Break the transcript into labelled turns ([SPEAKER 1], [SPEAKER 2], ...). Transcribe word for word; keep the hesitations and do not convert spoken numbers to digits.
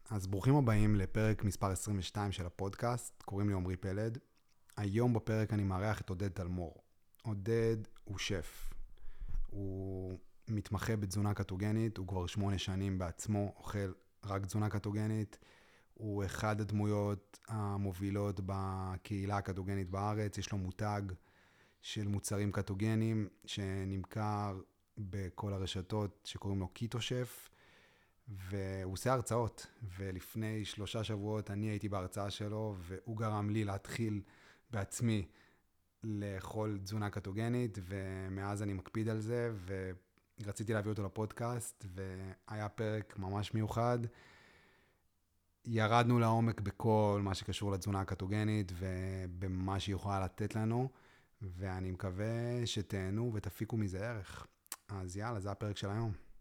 [SPEAKER 1] אז ברוכים הבאים לפרק מספר עשרים ושתיים של הפודקאסט, קוראים לי עומרי פלד. היום בפרק אני מארח את עודד תלמור. עודד הוא שף. הוא מתמחה בתזונה קטוגנית, הוא כבר שמונה שנים בעצמו אוכל רק תזונה קטוגנית. הוא אחד הדמויות המובילות בקהילה הקטוגנית בארץ, יש לו מותג של מוצרים קטוגנים שנמכר בכל הרשתות שקוראים לו קיטו שף. והוא עושה הרצאות, ולפני שלושה שבועות אני הייתי בהרצאה שלו, והוא גרם לי להתחיל בעצמי לאכול תזונה קטוגנית, ומאז אני מקפיד על זה, ורציתי להביא אותו לפודקאסט, והיה פרק ממש מיוחד. ירדנו לעומק בכל מה שקשור לתזונה הקטוגנית, ובמה שהיא יכולה לתת לנו, ואני מקווה שתהנו ותפיקו מזה ערך. אז יאללה, זה הפרק של היום.